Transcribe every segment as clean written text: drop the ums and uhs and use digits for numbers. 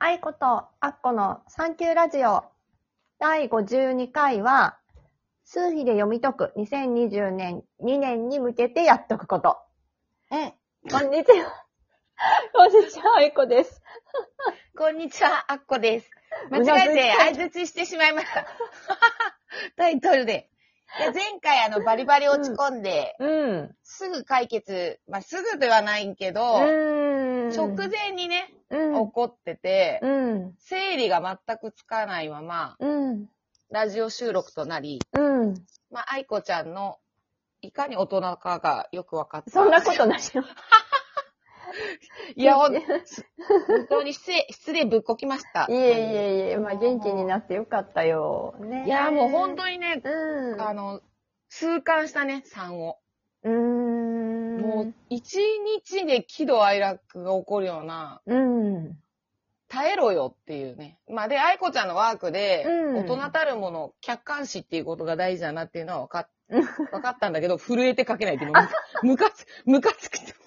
愛子とアッコのサンキューラジオ第52回は、数秘で読み解く2020年2年に向けてやっとくこと。 うん。 こんにちは。こんにちは、愛子です。 こんにちは、アッコです。間違えて相槌してしまいました。タイトルで。前回バリバリ落ち込んで、すぐ解決、すぐではないけど、直前にね、起こってて、整理が全くつかないまま、ラジオ収録となり、愛子ちゃんのいかに大人かがよく分かった。 そんなことないよ。 いや、本当に失礼ぶっこきました。 いえ、元気になってよかったよ。ね、 いや、もう本当にね、痛感したね、3を。もう、1日で喜怒哀楽が起こるような、耐えろよっていうね。で、愛子ちゃんのワークで、大人たるもの、客観視っていうことが大事だなっていうのは分かったんだけど、震えて書けないっていうのムカつくて。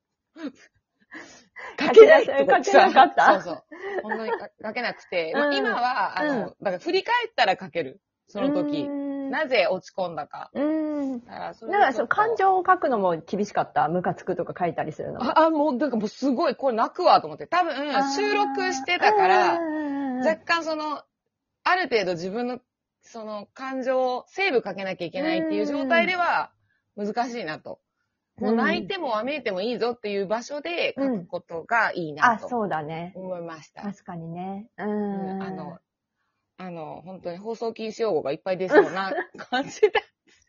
書けなかった。そう。本当に書けなくて。今は、だから振り返ったら書ける。その時。なぜ落ち込んだか。 だから感情を書くのも厳しかった。ムカつくとか書いたりするのも。 もう、だからもうすごい、これ泣くわと思って。多分、収録してたから、若干ある程度自分の、感情をセーブかけなきゃいけないっていう状態では、難しいなと。もう泣いてもわめいてもいいぞっていう場所で書くことがいいなと。 そうだね。 思いました。 確かにね。 本当に放送禁止用語がいっぱい出そうな感じだ。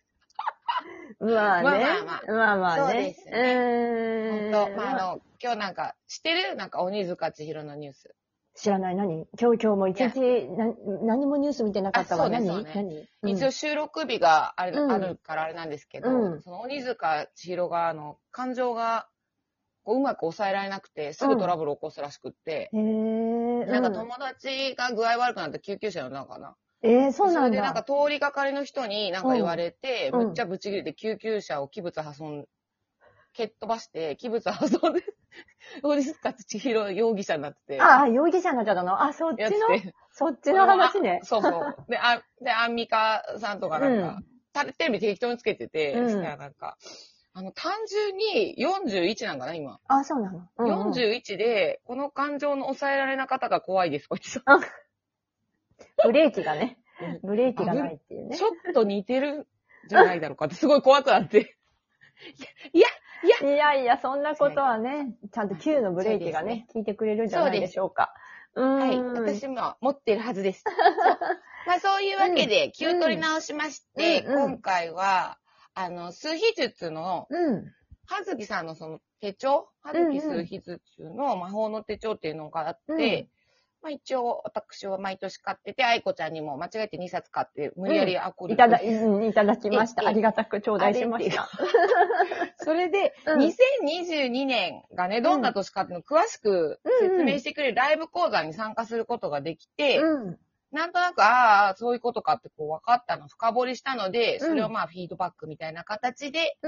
まあね。 そうですね。本当、今日なんか、知ってる？なんか、鬼塚千尋のニュース。 知らない。何？今日も一日、何もニュース見てなかったわ。 そう何？ 一応収録日があるからあれなんですけど、その鬼塚千尋が、感情が、うまく抑えられなくて、すぐトラブルを起こすらしくって、なんか友達が具合悪くなって救急車呼んだのかな。 そうなんだ。 それでなんか通りがかりの人になんか言われて、むっちゃブチ切れて救急車を蹴っ飛ばして、器物破損で、鬼塚千尋容疑者になってて。 容疑者になっちゃったの？そっちの話ね。 そう。で、アンミカさんとかなんか、テレビ適当につけてて、そしたらなんか、単純に41なんかな、今。 そうなの。 41で、この感情の抑えられな方が怖いです、こいつ。 ブレーキがね。ブレーキがないっていうね。 ちょっと似てるんじゃないだろうかって、すごい怖くなって。いや、そんなことはね、ちゃんと Q のブレーキがね、効いてくれるんじゃないでしょうか。 はい。私も持ってるはずです。そういうわけで、気を取り直しまして、今回は、数秘術の、葉月さんのその手帳、葉月数秘術の魔法の手帳っていうのがあって、一応、私は毎年買ってて、愛子ちゃんにも間違えて2冊買って、無理やりいただきました。ありがたく頂戴しました。 それで、2022年がね、どんな年かっていうのを詳しく説明してくれるライブ講座に参加することができて、なんとなく、そういうことかってこう分かったの、深掘りしたので、それをフィードバックみたいな形で、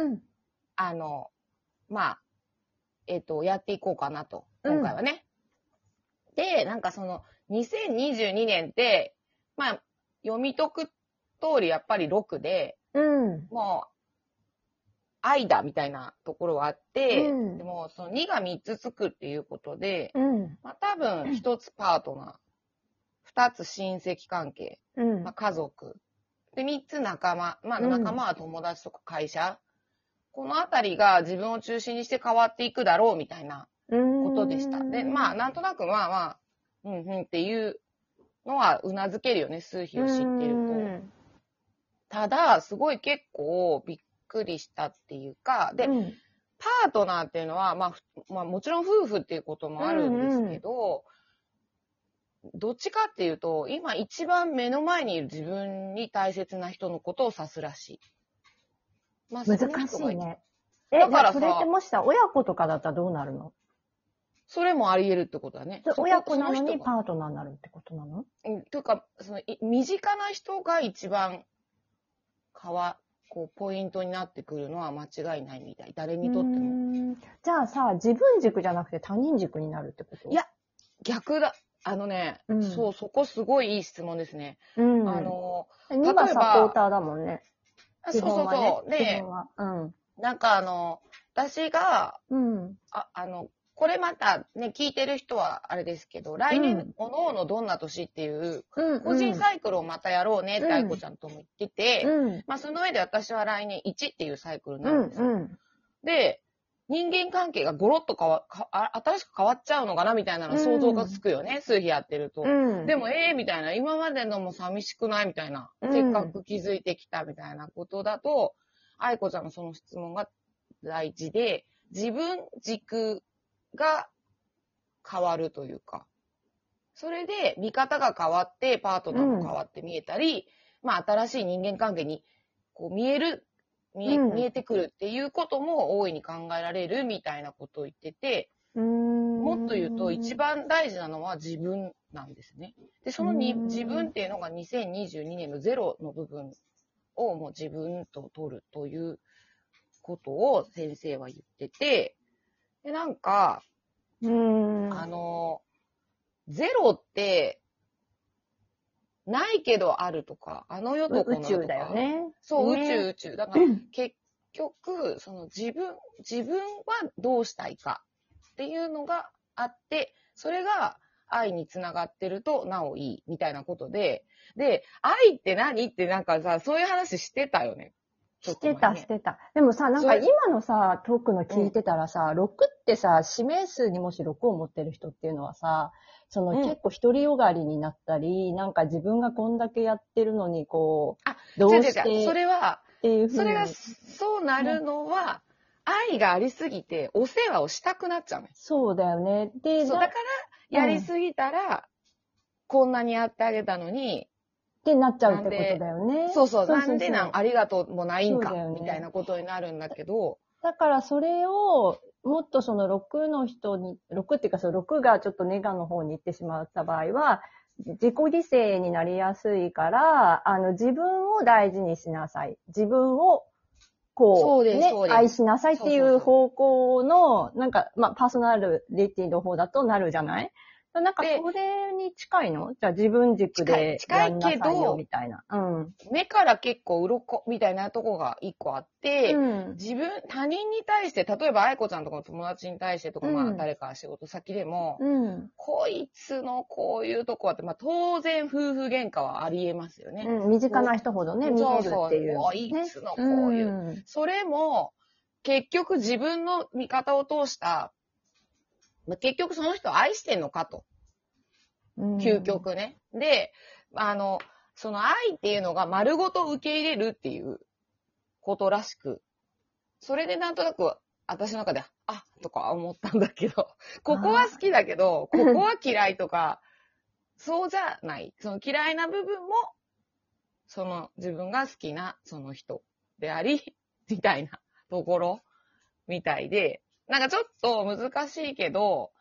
やっていこうかなと、今回はね。で、なんか2022年って、読み解く通りやっぱり6で、もう、愛だみたいなところはあって、でもその2が3つつくっていうことで、多分1つパートナー、2つ親戚関係、家族、で3つ仲間、仲間は友達とか会社、このあたりが自分を中心にして変わっていくだろうみたいなことでした。で、なんとなくっていうのはうなずけるよね、数秘を知ってると。ただ、すごい結構びっくりしたっていうか、で、パートナーっていうのは、もちろん夫婦っていうこともあるんですけど、どっちかっていうと、今一番目の前にいる自分に大切な人のことを指すらしい。 難しいね。だからそれってもしさ、親子とかだったらどうなるの？ それもあり得るってことだね。 親子なのにパートナーになるってことなの？ というか、身近な人が一番ポイントになってくるのは間違いないみたい。誰にとっても。 じゃあさ、自分軸じゃなくて他人軸になるってこと？ いや、逆だ。 そう、そこすごいいい質問ですね。 うん。2がサポーターだもんね。 そうそうそう。で、なんか私が、これまたね、聞いてる人はあれですけど、来年、おのおのどんな年っていう、個人サイクルをまたやろうねって愛子ちゃんとも言ってて、まあその上で私は来年1っていうサイクルになるんですよ。で、人間関係がゴロッと新しく変わっちゃうのかなみたいなの想像がつくよね、数日やってると。でも、みたいな、今までのも寂しくないみたいな、せっかく気づいてきたみたいなことだと、愛子ちゃんのその質問が大事で、自分軸が変わるというか、それで見方が変わって、パートナーも変わって見えたり、まあ新しい人間関係にこう見えてくるっていうことも大いに考えられるみたいなことを言ってて、もっと言うと一番大事なのは自分なんですね。で、その自分っていうのが2022年のゼロの部分をもう自分と取るということを先生は言ってて、で、なんか、ゼロって、ないけどあるとか、あの世とこの世とか。 宇宙だよね。 そう、宇宙。だから、結局、その自分はどうしたいかっていうのがあって、それが愛につながってるとなおいいみたいなことで、で、愛って何ってなんかさ、そういう話してたよね。 してた。でもさ、なんか今のさ、トークの聞いてたらさ、6ってさ、指名数にもし6を持ってる人っていうのはさ、その結構独りよがりになったり、なんか自分がこんだけやってるのに、こう、 どうしてそれがそうなるのは、愛がありすぎて、お世話をしたくなっちゃうね。 そうだよね。 で、だから、やりすぎたら、こんなにやってあげたのに、 ってなっちゃうってことだよね。 そう。なんでありがとうもないんか、みたいなことになるんだけど。 だからそれを、もっとその6の人に、6っていうかその6がちょっとネガの方に行ってしまった場合は、自己犠牲になりやすいから、自分を大事にしなさい。自分を、こう、愛しなさいっていう方向の、なんか、まあ、パーソナリティの方だとなるじゃない？なんかそれに近いの？じゃあ自分軸でやんなさいよみたいな。 目から結構鱗みたいなとこが一個あって、他人に対して、例えば愛子ちゃんとかの友達に対してとか、まあ誰か仕事先でも、こいつのこういうとこはって、まあ当然夫婦喧嘩はありえますよね。 身近な人ほどね、見えるっていう。 こいつのこういう。それも、結局自分の見方を通した、結局その人を愛してんのかと。究極ね。で、その愛っていうのが丸ごと受け入れるっていうことらしく。それでなんとなく私の中で、とか思ったんだけど、ここは好きだけど、ここは嫌いとか、そうじゃない。その嫌いな部分も、その自分が好きなその人であり、みたいなところみたいで、なんかちょっと難しいけど、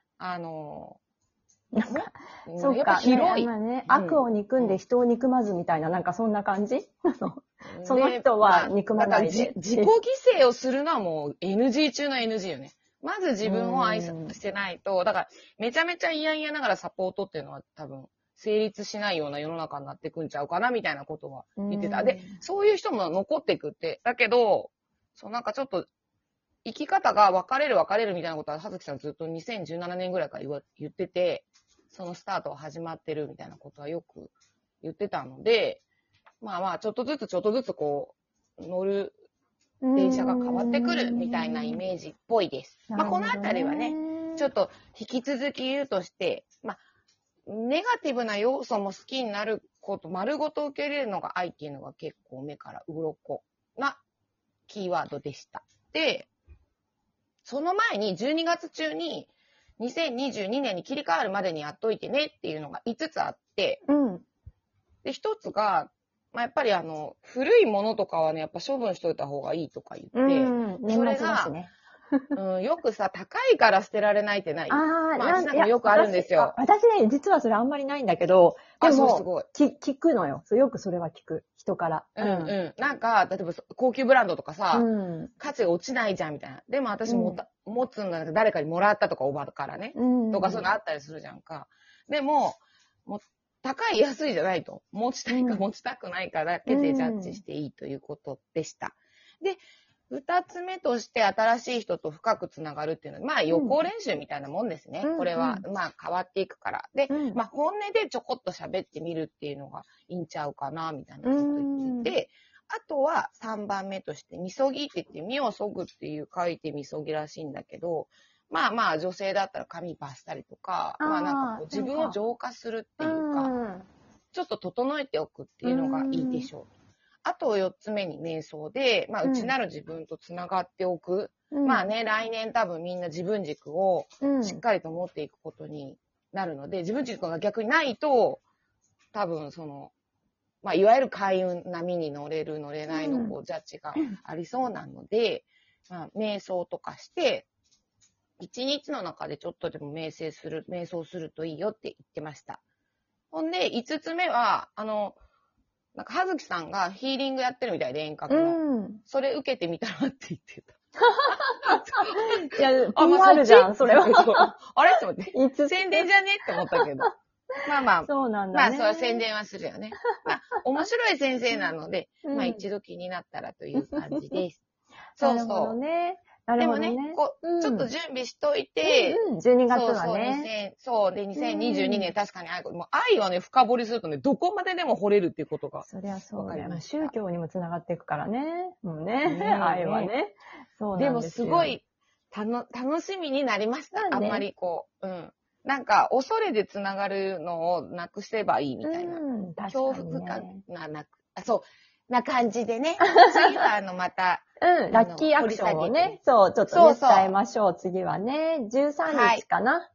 なんか、そうか、広い。悪を憎んで人を憎まずみたいな、なんかそんな感じ？その人は憎まないで。 自己犠牲をするのはもう NG 中の NG よね。まず自分を愛してないと、だからめちゃめちゃ嫌々ながらサポートっていうのは多分成立しないような世の中になってくんちゃうかなみたいなことは言ってた。で、そういう人も残ってくって。だけど、なんかちょっと生き方が分かれるみたいなことは、葉月さんずっと2017年ぐらいから言ってて、そのスタートは始まってるみたいなことはよく言ってたので、まあ、ちょっとずつこう、乗る電車が変わってくるみたいなイメージっぽいです。まあ、このあたりはね、ちょっと引き続き言うとして、まあ、ネガティブな要素も好きになること、丸ごと受け入れるのが愛っていうのが結構目から鱗なキーワードでした。で、その前に12月中に2022年に切り替わるまでにやっといてねっていうのが5つあって、で、1つが、やっぱり古いものとかはね、やっぱ処分しといた方がいいとか言って、それが、 よくさ、高いから捨てられないってない？ ああ、 まあ、私なんかもよくあるんですよ。 私ね、実はそれあんまりないんだけど、でそう、 も、 すごい。 聞くのよ。よくそれは聞く。人から。 なんか、例えば高級ブランドとかさ、 うん。 価値が落ちないじゃんみたいな。でも私うん持つんだけど、誰かにもらったとか、おばからね。 うん。 とかそういうのあったりするじゃんか。でも、高い安いじゃないと。持ちたいか持ちたくないかだけでジャッジしていいということでした。で、二つ目として新しい人と深くつながるっていうのは、まあ予行練習みたいなもんですね。これは、まあ変わっていくから。で、まあ本音でちょこっと喋ってみるっていうのがいいんちゃうかな、みたいなこと言ってて、あとは3番目として、みそぎって言って、みをそぐっていう書いてみそぎらしいんだけど、まあまあ女性だったら髪バしたりとか、まあなんかこう自分を浄化するっていうか、ちょっと整えておくっていうのがいいでしょう。あと4つ目に瞑想で、まあ内なる自分とつながっておく。まあね、来年多分みんな自分軸をしっかりと持っていくことになるので、自分軸が逆にないと、多分その、まあいわゆる開運波に乗れる乗れないのこうジャッジがありそうなので、まあ瞑想とかして、一日の中でちょっとでも瞑想するといいよって言ってました。ほんで、5つ目は、なんか、はずきさんがヒーリングやってるみたいで、遠隔の。それ受けてみたらって言ってた。 いや、PR じゃん、それは。 あれって思って。宣伝じゃねって思ったけど。まあまあ。 そうなんだね。 まあ、そう宣伝はするよね。まあ、面白い先生なので、まあ一度気になったらという感じです。そうそう。 なるほどね。 でもね、ちょっと準備しといて、 12月はね。 そう、で、2022年確かに愛はね、深掘りするとね、どこまででも掘れるっていうことが。 そりゃそうだよ。宗教にもつながっていくからね。もうね、愛はね。そうなんですよ。 でもすごい、楽しみになりました。あんまりこう、なんか、恐れでつながるのをなくせばいいみたいな。恐怖感がなく、な感じでね。次はまた、 ラッキーアクションをね、そう、ちょっとね、伝えましょう。次はね、13日かな。